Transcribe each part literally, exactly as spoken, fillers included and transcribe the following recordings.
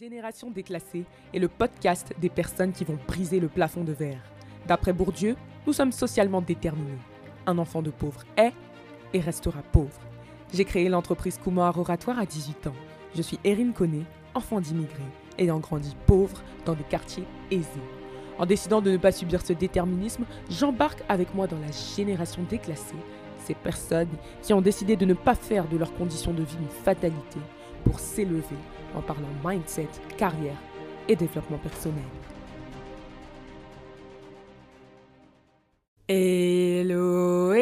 Génération déclassée est le podcast des personnes qui vont briser le plafond de verre. D'après Bourdieu, nous sommes socialement déterminés. Un enfant de pauvre est et restera pauvre. J'ai créé l'entreprise Kumar Oratoire à dix-huit ans. Je suis Erin Koné, enfant d'immigrés, ayant grandi pauvre dans des quartiers aisés. En décidant de ne pas subir ce déterminisme, j'embarque avec moi dans la génération déclassée, ces personnes qui ont décidé de ne pas faire de leurs conditions de vie une fatalité pour s'élever en parlant mindset, carrière et développement personnel. Hello,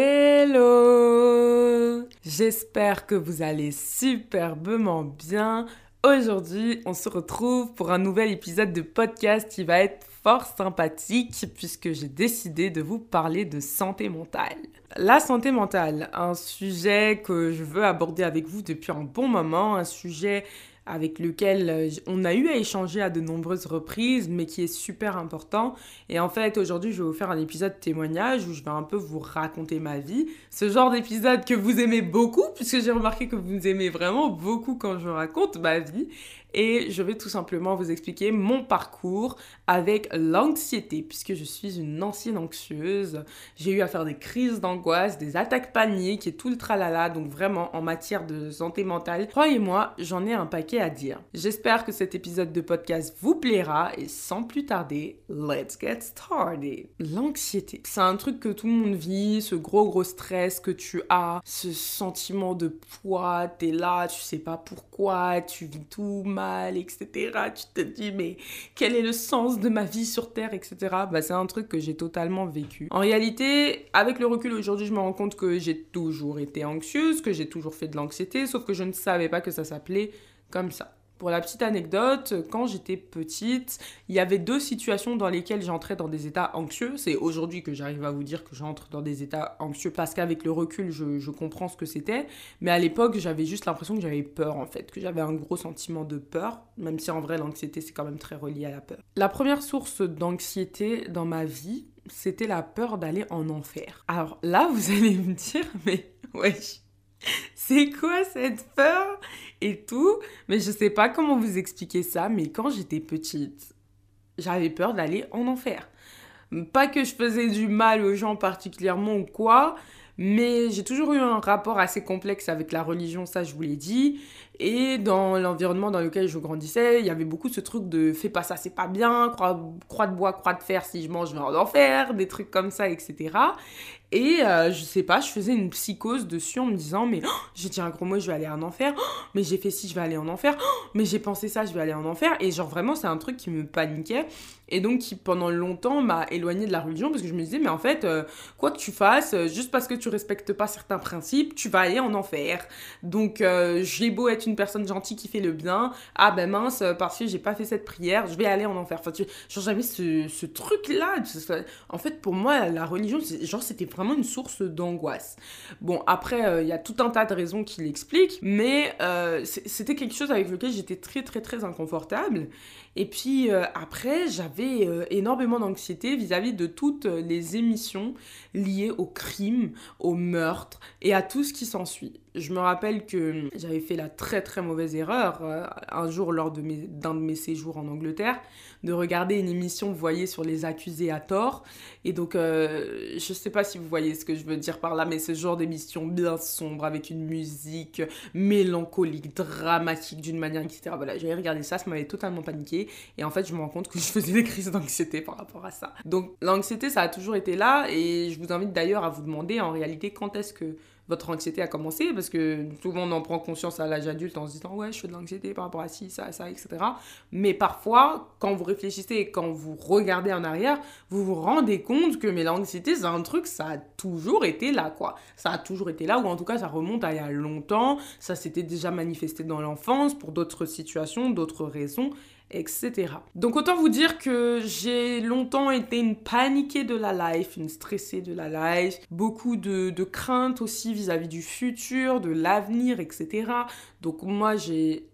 hello! J'espère que vous allez superbement bien. Aujourd'hui, on se retrouve pour un nouvel épisode de podcast qui va être fort sympathique puisque j'ai décidé de vous parler de santé mentale. La santé mentale, un sujet que je veux aborder avec vous depuis un bon moment, un sujet avec lequel on a eu à échanger à de nombreuses reprises, mais qui est super important. Et en fait, aujourd'hui, je vais vous faire un épisode témoignage où je vais un peu vous raconter ma vie. Ce genre d'épisode que vous aimez beaucoup, puisque j'ai remarqué que vous aimez vraiment beaucoup quand je raconte ma vie. Et je vais tout simplement vous expliquer mon parcours avec l'anxiété, puisque je suis une ancienne anxieuse. J'ai eu à faire des crises d'angoisse, des attaques paniques et tout le tralala. Donc vraiment, en matière de santé mentale, croyez-moi, j'en ai un paquet à dire. J'espère que cet épisode de podcast vous plaira et sans plus tarder, let's get started. L'anxiété, c'est un truc que tout le monde vit, ce gros gros stress que tu as, ce sentiment de poids, t'es là, tu sais pas pourquoi, tu vis tout mal, et cetera. Tu te dis, mais quel est le sens de ma vie sur Terre, et cetera. Bah, c'est un truc que j'ai totalement vécu. En réalité, avec le recul aujourd'hui, je me rends compte que j'ai toujours été anxieuse, que j'ai toujours fait de l'anxiété, sauf que je ne savais pas que ça s'appelait comme ça. Pour la petite anecdote, quand j'étais petite, il y avait deux situations dans lesquelles j'entrais dans des états anxieux. C'est aujourd'hui que j'arrive à vous dire que j'entre dans des états anxieux parce qu'avec le recul, je, je comprends ce que c'était. Mais à l'époque, j'avais juste l'impression que j'avais peur en fait, que j'avais un gros sentiment de peur, même si en vrai, l'anxiété, c'est quand même très relié à la peur. La première source d'anxiété dans ma vie, c'était la peur d'aller en enfer. Alors là, vous allez me dire, mais wesh, c'est quoi cette peur et tout? Mais je sais pas comment vous expliquer ça, mais quand j'étais petite, j'avais peur d'aller en enfer. Pas que je faisais du mal aux gens particulièrement ou quoi, mais j'ai toujours eu un rapport assez complexe avec la religion, ça je vous l'ai dit. Et dans l'environnement dans lequel je grandissais, il y avait beaucoup ce truc de « fais pas ça, c'est pas bien, croix, croix de bois, croix de fer, si je mange, je vais en enfer », des trucs comme ça, et cetera. Et euh, je sais pas, je faisais une psychose dessus en me disant « mais oh, j'ai dit un gros mot, je vais aller en enfer, oh, mais j'ai fait ci, je vais aller en enfer, oh, mais j'ai pensé ça, je vais aller en enfer ». Et genre vraiment, c'est un truc qui me paniquait et donc qui pendant longtemps m'a éloignée de la religion parce que je me disais « mais en fait, euh, quoi que tu fasses, juste parce que tu respectes pas certains principes, tu vas aller en enfer. Donc euh, j'ai beau être une personne gentille qui fait le bien, ah ben mince, parce que j'ai pas fait cette prière, je vais aller en enfer ». Enfin, tu, genre j'avais ce, ce truc-là. En fait, pour moi, la religion, c'est, genre c'était vraiment vraiment une source d'angoisse. Bon, après, il euh, y a tout un tas de raisons qui l'expliquent, mais euh, c'était quelque chose avec lequel j'étais très, très, très inconfortable. Et puis, euh, après, j'avais euh, énormément d'anxiété vis-à-vis de toutes les émissions liées au crime, au meurtre et à tout ce qui s'ensuit. Je me rappelle que j'avais fait la très très mauvaise erreur euh, un jour lors de mes, d'un de mes séjours en Angleterre de regarder une émission, vous voyez, sur les accusés à tort. Et donc, euh, je sais pas si vous voyez ce que je veux dire par là, mais ce genre d'émission bien sombre avec une musique mélancolique, dramatique d'une manière, et cetera. Voilà, j'avais regardé ça, ça m'avait totalement paniqué. Et en fait, je me rends compte que je faisais des crises d'anxiété par rapport à ça. Donc, l'anxiété, ça a toujours été là. Et je vous invite d'ailleurs à vous demander en réalité quand est-ce que votre anxiété a commencé, parce que souvent on en prend conscience à l'âge adulte en se disant ouais je fais de l'anxiété par rapport à ci, ça, ça, et cetera. Mais parfois, quand vous réfléchissez et quand vous regardez en arrière, vous vous rendez compte que mais l'anxiété c'est un truc, ça a toujours été là quoi. Ça a toujours été là, ou en tout cas ça remonte à il y a longtemps, ça s'était déjà manifesté dans l'enfance pour d'autres situations, d'autres raisons, et cetera. Donc autant vous dire que j'ai longtemps été une paniquée de la life, une stressée de la life, beaucoup de, de craintes aussi vis-à-vis du futur, de l'avenir, et cetera. Donc moi j'ai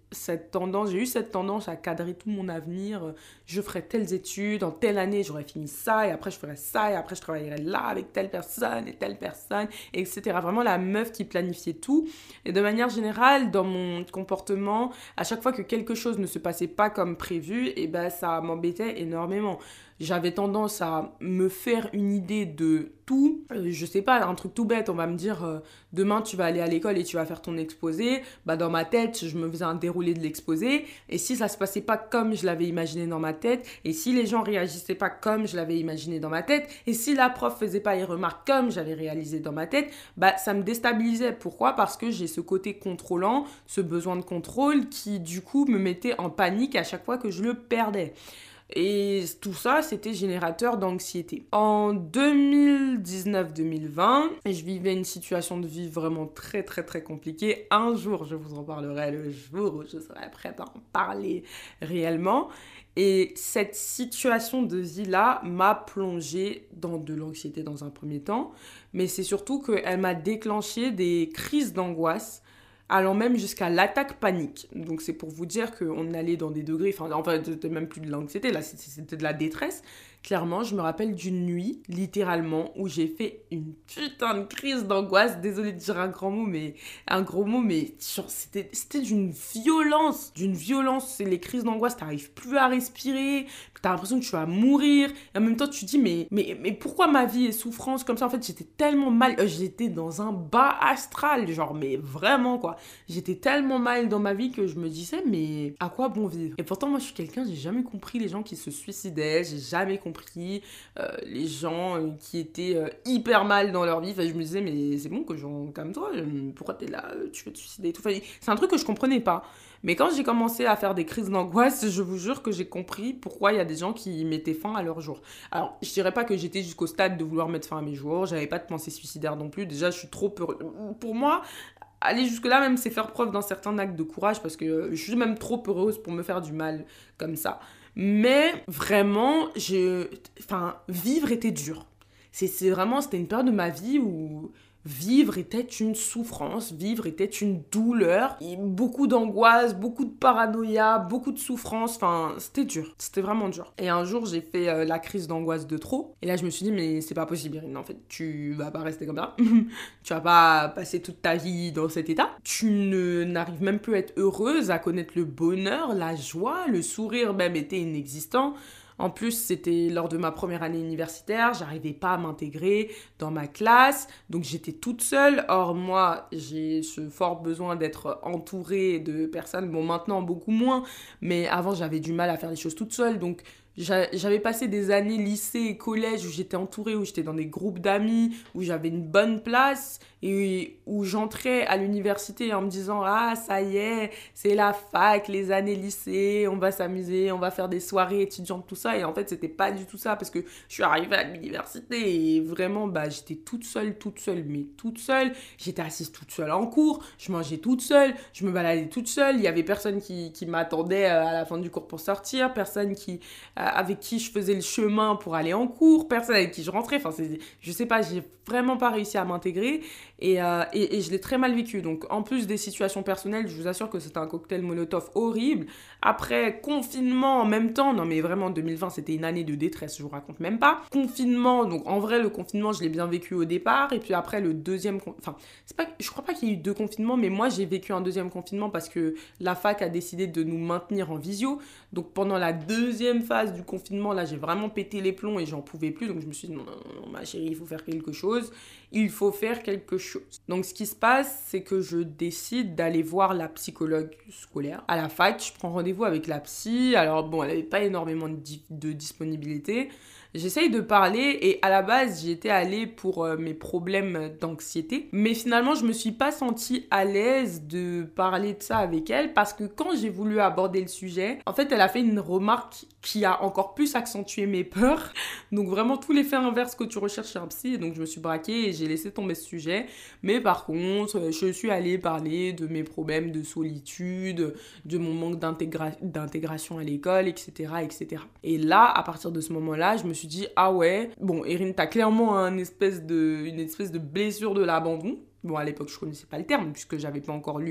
cette tendance, j'ai eu cette tendance à cadrer tout mon avenir. Je ferais telles études, en telle année j'aurais fini ça, et après je ferais ça, et après je travaillerais là avec telle personne et telle personne, et cetera. Vraiment la meuf qui planifiait tout. Et de manière générale, dans mon comportement, à chaque fois que quelque chose ne se passait pas comme prévu, et ben ça m'embêtait énormément. J'avais tendance à me faire une idée de tout. Euh, je sais pas, un truc tout bête, on va me dire euh, demain tu vas aller à l'école et tu vas faire ton exposé. Bah dans ma tête, je me faisais un déroulé de l'exposé. Et si ça se passait pas comme je l'avais imaginé dans ma tête, et si les gens réagissaient pas comme je l'avais imaginé dans ma tête, et si la prof faisait pas les remarques comme j'avais réalisé dans ma tête, bah ça me déstabilisait. Pourquoi ? Parce que j'ai ce côté contrôlant, ce besoin de contrôle qui du coup me mettait en panique à chaque fois que je le perdais. Et tout ça, c'était générateur d'anxiété. En deux mille dix-neuf deux mille vingt, je vivais une situation de vie vraiment très très très compliquée. Un jour, je vous en parlerai le jour où je serai prête à en parler réellement. Et cette situation de vie-là m'a plongée dans de l'anxiété dans un premier temps. Mais c'est surtout qu'elle m'a déclenché des crises d'angoisse allant même jusqu'à l'attaque panique. Donc c'est pour vous dire qu'on allait dans des degrés, enfin, enfin c'était même plus de l'anxiété, là c'était de la détresse. Clairement, je me rappelle d'une nuit, littéralement, où j'ai fait une putain de crise d'angoisse. Désolée de dire un grand mot, mais un gros mot, mais genre, c'était, c'était d'une violence, d'une violence. C'est les crises d'angoisse, t'arrives plus à respirer, t'as l'impression que tu vas mourir. Et en même temps, tu te dis, mais, mais, mais pourquoi ma vie est souffrance comme ça ? En fait, j'étais tellement mal, euh, j'étais dans un bas astral, genre, mais vraiment, quoi. J'étais tellement mal dans ma vie que je me disais, mais à quoi bon vivre ? Et pourtant, moi, je suis quelqu'un, j'ai jamais compris les gens qui se suicidaient, j'ai jamais compris euh, les gens euh, qui étaient euh, hyper mal dans leur vie. Enfin, je me disais, mais c'est bon que j'en calme-toi, pourquoi t'es là, tu veux te suicider et tout. Enfin, c'est un truc que je comprenais pas. Mais quand j'ai commencé à faire des crises d'angoisse, je vous jure que j'ai compris pourquoi il y a des gens qui mettaient fin à leur jour. Alors, je dirais pas que j'étais jusqu'au stade de vouloir mettre fin à mes jours, j'avais pas de pensée suicidaire non plus. Déjà, je suis trop peur. Pour moi, aller jusque-là, même, c'est faire preuve d'un certain acte de courage parce que je suis même trop heureuse pour me faire du mal comme ça. Mais vraiment, je... enfin, vivre était dur. C'est, c'est vraiment, c'était une période de ma vie où vivre était une souffrance, vivre était une douleur, et beaucoup d'angoisse, beaucoup de paranoïa, beaucoup de souffrance, enfin, c'était dur, c'était vraiment dur. Et un jour, j'ai fait euh, la crise d'angoisse de trop, et là, je me suis dit, mais c'est pas possible, Irine, en fait, tu vas pas rester comme ça, tu vas pas passer toute ta vie dans cet état, tu ne, n'arrives même plus à être heureuse, à connaître le bonheur, la joie, le sourire même était inexistant. En plus, c'était lors de ma première année universitaire, j'arrivais pas à m'intégrer dans ma classe, donc j'étais toute seule. Or, moi, j'ai ce fort besoin d'être entourée de personnes, bon, maintenant beaucoup moins, mais avant, j'avais du mal à faire les choses toute seule, donc j'avais passé des années lycée et collège où j'étais entourée, où j'étais dans des groupes d'amis, où j'avais une bonne place et où j'entrais à l'université en me disant « Ah, ça y est, c'est la fac, les années lycée, on va s'amuser, on va faire des soirées étudiantes, tout ça. » Et en fait, c'était pas du tout ça parce que je suis arrivée à l'université et vraiment, bah, j'étais toute seule, toute seule, mais toute seule. J'étais assise toute seule en cours, je mangeais toute seule, je me baladais toute seule. Il y avait personne qui, qui m'attendait à la fin du cours pour sortir, personne qui... avec qui je faisais le chemin pour aller en cours, personne avec qui je rentrais, enfin, c'est, je sais pas, j'ai vraiment pas réussi à m'intégrer et, euh, et, et je l'ai très mal vécu. Donc, en plus des situations personnelles, je vous assure que c'était un cocktail Molotov horrible. Après, confinement en même temps, non mais vraiment, deux mille vingt, c'était une année de détresse, je vous raconte même pas. Confinement, donc en vrai, le confinement, je l'ai bien vécu au départ, et puis après, le deuxième, con... enfin, c'est pas, je crois pas qu'il y ait eu deux confinements, mais moi, j'ai vécu un deuxième confinement parce que la fac a décidé de nous maintenir en visio. Donc, pendant la deuxième phase du confinement, là, j'ai vraiment pété les plombs et j'en pouvais plus. Donc, je me suis dit, non, non, non, ma chérie, il faut faire quelque chose. Il faut faire quelque chose. Donc, ce qui se passe, c'est que je décide d'aller voir la psychologue scolaire. À la fac, je prends rendez-vous avec la psy. Alors, bon, elle n'avait pas énormément de, di- de disponibilité. J'essaye de parler et à la base, j'y étais allée pour euh, mes problèmes d'anxiété. Mais finalement, je me suis pas sentie à l'aise de parler de ça avec elle parce que quand j'ai voulu aborder le sujet, en fait, elle a fait une remarque qui a encore plus accentué mes peurs. Donc vraiment, tout l'effet inverse que tu recherches chez un psy. Et donc, je me suis braquée et j'ai laissé tomber ce sujet. Mais par contre, je suis allée parler de mes problèmes de solitude, de mon manque d'intégra- d'intégration à l'école, et cetera, et cetera. Et là, à partir de ce moment-là, je me suis dit, ah ouais, bon, Erin, t'as clairement un espèce de, une espèce de blessure de l'abandon. Bon, à l'époque, je connaissais pas le terme, puisque j'avais pas encore lu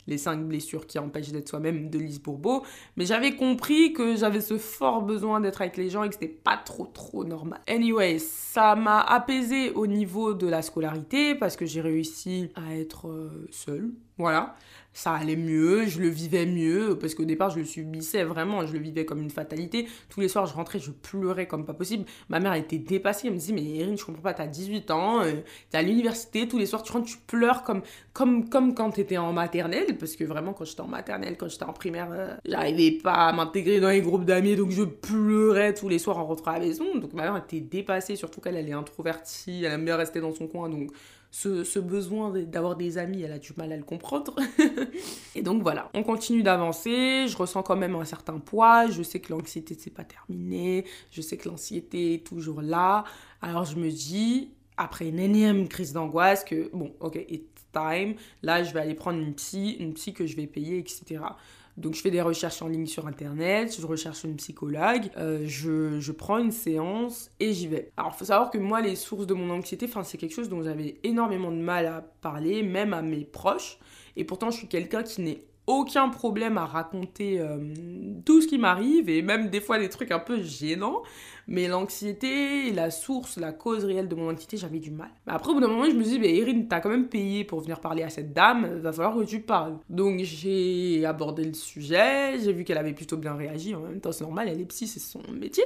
Les cinq blessures qui empêchent d'être soi-même de Lise Bourbeau. Mais j'avais compris que j'avais ce fort besoin d'être avec les gens et que c'était pas trop trop normal. Anyway, ça m'a apaisée au niveau de la scolarité parce que j'ai réussi à être euh, seule. Voilà, ça allait mieux, je le vivais mieux, parce qu'au départ, je le subissais vraiment, je le vivais comme une fatalité. Tous les soirs, je rentrais, je pleurais comme pas possible. Ma mère, elle était dépassée, elle me disait, mais Erin, je comprends pas, t'as dix-huit ans, euh, t'es à l'université, tous les soirs, tu rentres, tu pleures comme, comme, comme quand t'étais en maternelle, parce que vraiment, quand j'étais en maternelle, quand j'étais en primaire, euh, j'arrivais pas à m'intégrer dans les groupes d'amis, donc je pleurais tous les soirs en rentrant à la maison. Donc ma mère était dépassée, surtout qu'elle, elle est introvertie, elle aime bien rester dans son coin, donc... Ce, ce besoin d'avoir des amis, elle a du mal à le comprendre. Et donc voilà, on continue d'avancer, je ressens quand même un certain poids, je sais que l'anxiété c'est pas terminé, je sais que l'anxiété est toujours là. Alors je me dis, après une énième crise d'angoisse, que bon, ok, it's time, là je vais aller prendre une psy, une psy que je vais payer, et cetera. Donc je fais des recherches en ligne sur internet, je recherche une psychologue, euh, je, je prends une séance et j'y vais. Alors il faut savoir que moi les sources de mon anxiété, c'est quelque chose dont j'avais énormément de mal à parler, même à mes proches. Et pourtant je suis quelqu'un qui n'est aucun problème à raconter euh, tout ce qui m'arrive et même des fois des trucs un peu gênants. Mais l'anxiété, la source, la cause réelle de mon anxiété, j'avais du mal. Mais après, au bout d'un moment, je me suis dit, bah, Erin, t'as quand même payé pour venir parler à cette dame, va falloir que tu parles. Donc j'ai abordé le sujet, j'ai vu qu'elle avait plutôt bien réagi. En même temps, c'est normal, elle est psy, c'est son métier.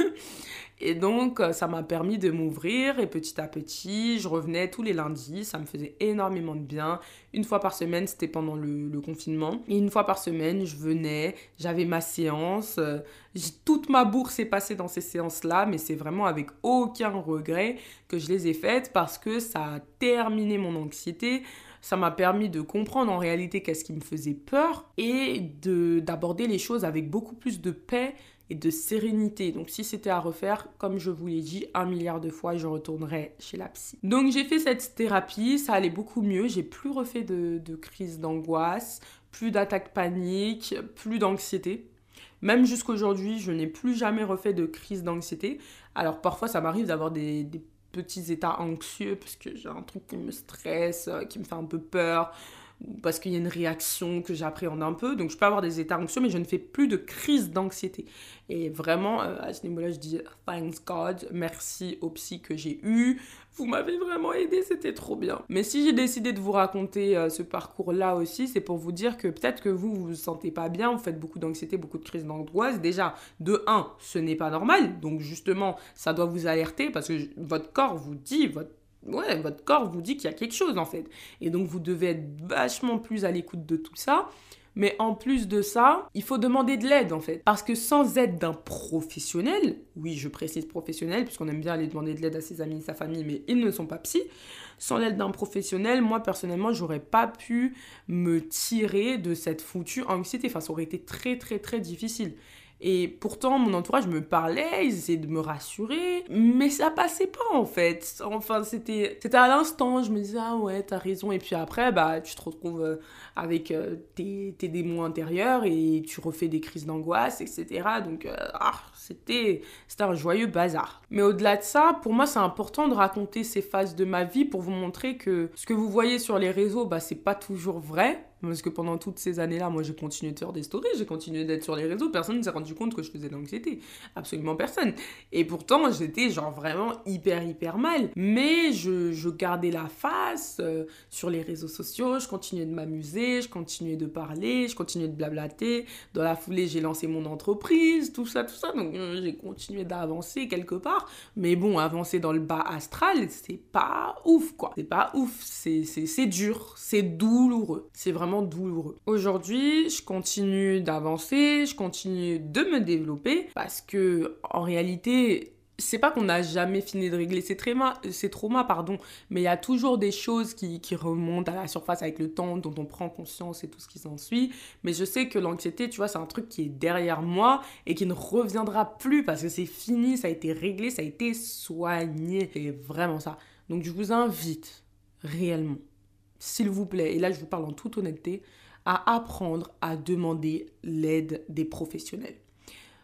Et donc, ça m'a permis de m'ouvrir et petit à petit, je revenais tous les lundis. Ça me faisait énormément de bien. Une fois par semaine, c'était pendant le, le confinement. Et une fois par semaine, je venais, j'avais ma séance. Euh, toute ma bourse est passée dans ces séances-là, mais c'est vraiment avec aucun regret que je les ai faites parce que ça a terminé mon anxiété. Ça m'a permis de comprendre en réalité qu'est-ce qui me faisait peur et de, d'aborder les choses avec beaucoup plus de paix et de sérénité. Donc si c'était à refaire, comme je vous l'ai dit un milliard de fois, je retournerais chez la psy. Donc j'ai fait cette thérapie, ça allait beaucoup mieux, j'ai plus refait de, de crise d'angoisse, plus d'attaques paniques, plus d'anxiété. Même jusqu'aujourd'hui, je n'ai plus jamais refait de crise d'anxiété. Alors parfois ça m'arrive d'avoir des, des petits états anxieux parce que j'ai un truc qui me stresse, qui me fait un peu peur, parce qu'il y a une réaction que j'appréhende un peu. Donc je peux avoir des états anxieux, mais je ne fais plus de crise d'anxiété. Et vraiment, euh, à ce niveau-là, je dis thanks God, merci au psy que j'ai eu. Vous m'avez vraiment aidé, c'était trop bien. Mais si j'ai décidé de vous raconter euh, ce parcours-là aussi, c'est pour vous dire que peut-être que vous, vous vous sentez pas bien, vous faites beaucoup d'anxiété, beaucoup de crises d'angoisse. Déjà, de un, ce n'est pas normal. Donc justement, ça doit vous alerter parce que votre corps vous dit, votre Ouais, votre corps vous dit qu'il y a quelque chose en fait. Et donc vous devez être vachement plus à l'écoute de tout ça. Mais en plus de ça, il faut demander de l'aide en fait. Parce que sans aide d'un professionnel, oui je précise professionnel, puisqu'on aime bien aller demander de l'aide à ses amis et sa famille, mais ils ne sont pas psy. Sans l'aide d'un professionnel, moi personnellement, j'aurais pas pu me tirer de cette foutue anxiété. Enfin, ça aurait été très très très difficile. Et pourtant, mon entourage me parlait, ils essayaient de me rassurer, mais ça passait pas en fait. Enfin, c'était, c'était à l'instant, je me disais, ah ouais, t'as raison. Et puis après, bah, tu te retrouves euh, avec euh, tes, tes démons intérieurs et tu refais des crises d'angoisse, et cetera. Donc, euh, ah, c'était, c'était un joyeux bazar. Mais au-delà de ça, pour moi, c'est important de raconter ces phases de ma vie pour vous montrer que ce que vous voyez sur les réseaux, bah, c'est pas toujours vrai. Parce que pendant toutes ces années-là, moi, j'ai continué de faire des stories, j'ai continué d'être sur les réseaux. Personne ne s'est rendu compte que je faisais de l'anxiété. Absolument personne. Et pourtant, j'étais genre vraiment hyper, hyper mal. Mais je, je gardais la face euh, sur les réseaux sociaux. Je continuais de m'amuser, je continuais de parler, je continuais de blablater. Dans la foulée, j'ai lancé mon entreprise, tout ça, tout ça. Donc, euh, j'ai continué d'avancer quelque part. Mais bon, avancer dans le bas astral, c'est pas ouf, quoi. C'est pas ouf. C'est, c'est, c'est dur. C'est douloureux. C'est vraiment douloureux. Aujourd'hui, je continue d'avancer, je continue de me développer parce que en réalité, c'est pas qu'on n'a jamais fini de régler ces traumas, ces traumas pardon, mais il y a toujours des choses qui, qui remontent à la surface avec le temps, dont on prend conscience et tout ce qui s'ensuit. Mais je sais que l'anxiété, tu vois, c'est un truc qui est derrière moi et qui ne reviendra plus parce que c'est fini, ça a été réglé, ça a été soigné. C'est vraiment ça. Donc je vous invite réellement, s'il vous plaît, et là je vous parle en toute honnêteté, à apprendre à demander l'aide des professionnels.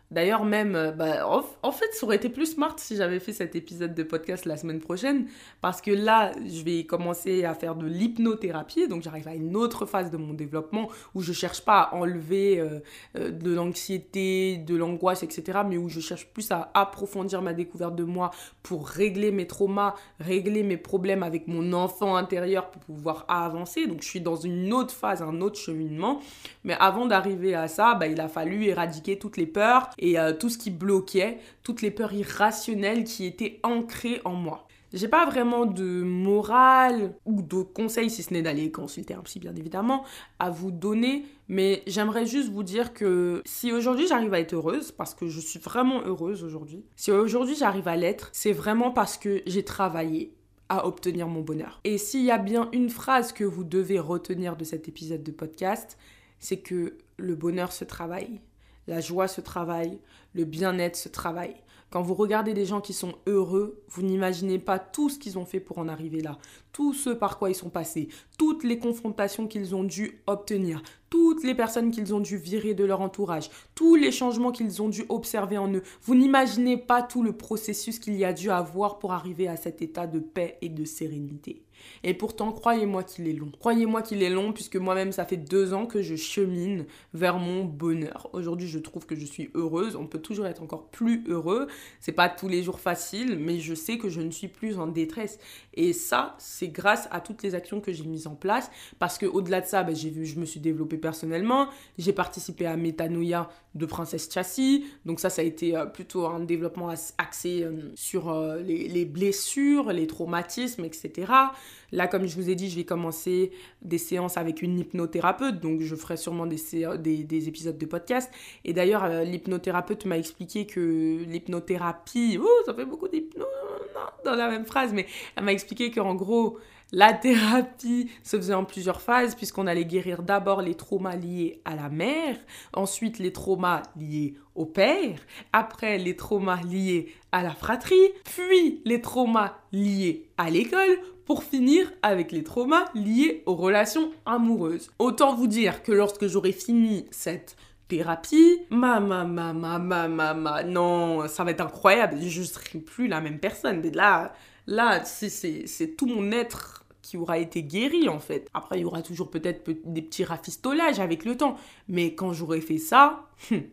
D'ailleurs, même, euh, bah, en, en fait, ça aurait été plus smart si j'avais fait cet épisode de podcast la semaine prochaine, parce que là, je vais commencer à faire de l'hypnothérapie, donc j'arrive à une autre phase de mon développement où je cherche pas à enlever euh, euh, de l'anxiété, de l'angoisse, et cetera, mais où je cherche plus à approfondir ma découverte de moi pour régler mes traumas, régler mes problèmes avec mon enfant intérieur pour pouvoir avancer. Donc, je suis dans une autre phase, un autre cheminement. Mais avant d'arriver à ça, bah, il a fallu éradiquer toutes les peurs et euh, tout ce qui bloquait, toutes les peurs irrationnelles qui étaient ancrées en moi. J'ai pas vraiment de morale ou de conseils, si ce n'est d'aller consulter un psy, bien évidemment, à vous donner. Mais j'aimerais juste vous dire que si aujourd'hui j'arrive à être heureuse, parce que je suis vraiment heureuse aujourd'hui, si aujourd'hui j'arrive à l'être, c'est vraiment parce que j'ai travaillé à obtenir mon bonheur. Et s'il y a bien une phrase que vous devez retenir de cet épisode de podcast, c'est que le bonheur se travaille, la joie se travaille, le bien-être se travaille. Quand vous regardez des gens qui sont heureux, vous n'imaginez pas tout ce qu'ils ont fait pour en arriver là, tout ce par quoi ils sont passés, toutes les confrontations qu'ils ont dû obtenir, toutes les personnes qu'ils ont dû virer de leur entourage, tous les changements qu'ils ont dû observer en eux. Vous n'imaginez pas tout le processus qu'il y a dû avoir pour arriver à cet état de paix et de sérénité. Et pourtant, croyez-moi qu'il est long. Croyez-moi qu'il est long puisque moi-même, ça fait deux ans que je chemine vers mon bonheur. Aujourd'hui, je trouve que je suis heureuse. On peut toujours être encore plus heureux. C'est pas tous les jours facile, mais je sais que je ne suis plus en détresse. Et ça, c'est grâce à toutes les actions que j'ai mises en place parce qu'au-delà de ça, ben, j'ai vu, je me suis développée personnellement. J'ai participé à Metanoia de Princesse Chassis. Donc ça, ça a été euh, plutôt un développement axé euh, sur euh, les, les blessures, les traumatismes, et cetera. Là, comme je vous ai dit, je vais commencer des séances avec une hypnothérapeute, donc je ferai sûrement des, sé- des, des épisodes de podcast. Et d'ailleurs, euh, l'hypnothérapeute m'a expliqué que l'hypnothérapie, oh, ça fait beaucoup d'hypno dans la même phrase, mais elle m'a expliqué qu'en gros, la thérapie se faisait en plusieurs phases puisqu'on allait guérir d'abord les traumas liés à la mère, ensuite les traumas liés au père, après les traumas liés à la fratrie, puis les traumas liés à l'école, pour finir avec les traumas liés aux relations amoureuses. Autant vous dire que lorsque j'aurai fini cette thérapie, ma, ma, ma, ma, ma, ma, ma, non, ça va être incroyable, je ne serai plus la même personne. Mais là, là c'est, c'est, c'est tout mon être qui aura été guéri en fait. Après, il y aura toujours peut-être des petits rafistolages avec le temps. Mais quand j'aurai fait ça,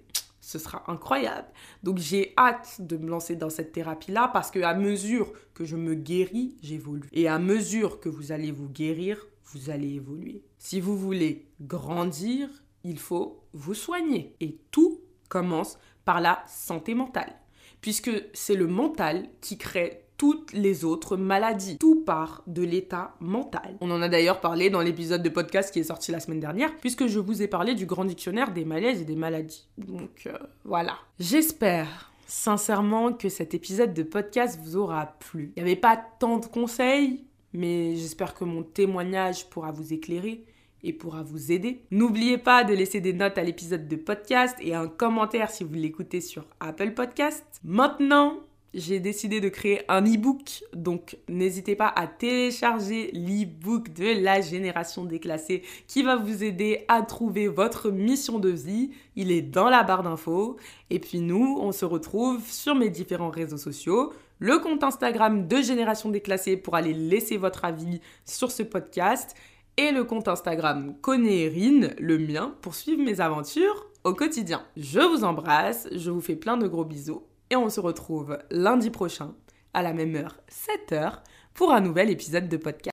ce sera incroyable. Donc j'ai hâte de me lancer dans cette thérapie-là parce qu'à mesure que je me guéris, j'évolue. Et à mesure que vous allez vous guérir, vous allez évoluer. Si vous voulez grandir, il faut vous soigner. Et tout commence par la santé mentale. Puisque c'est le mental qui crée toutes les autres maladies. Tout part de l'état mental. On en a d'ailleurs parlé dans l'épisode de podcast qui est sorti la semaine dernière, puisque je vous ai parlé du grand dictionnaire des malaises et des maladies. Donc euh, voilà. J'espère sincèrement que cet épisode de podcast vous aura plu. Il n'y avait pas tant de conseils, mais j'espère que mon témoignage pourra vous éclairer et pourra vous aider. N'oubliez pas de laisser des notes à l'épisode de podcast et un commentaire si vous l'écoutez sur Apple Podcast. Maintenant, j'ai décidé de créer un e-book, donc n'hésitez pas à télécharger l'e-book de la génération déclassée qui va vous aider à trouver votre mission de vie. Il est dans la barre d'infos. Et puis nous, on se retrouve sur mes différents réseaux sociaux, le compte Instagram de Génération Déclassée pour aller laisser votre avis sur ce podcast et le compte Instagram Conéerine, le mien, pour suivre mes aventures au quotidien. Je vous embrasse, je vous fais plein de gros bisous. Et on se retrouve lundi prochain, à la même heure, sept heures, pour un nouvel épisode de podcast.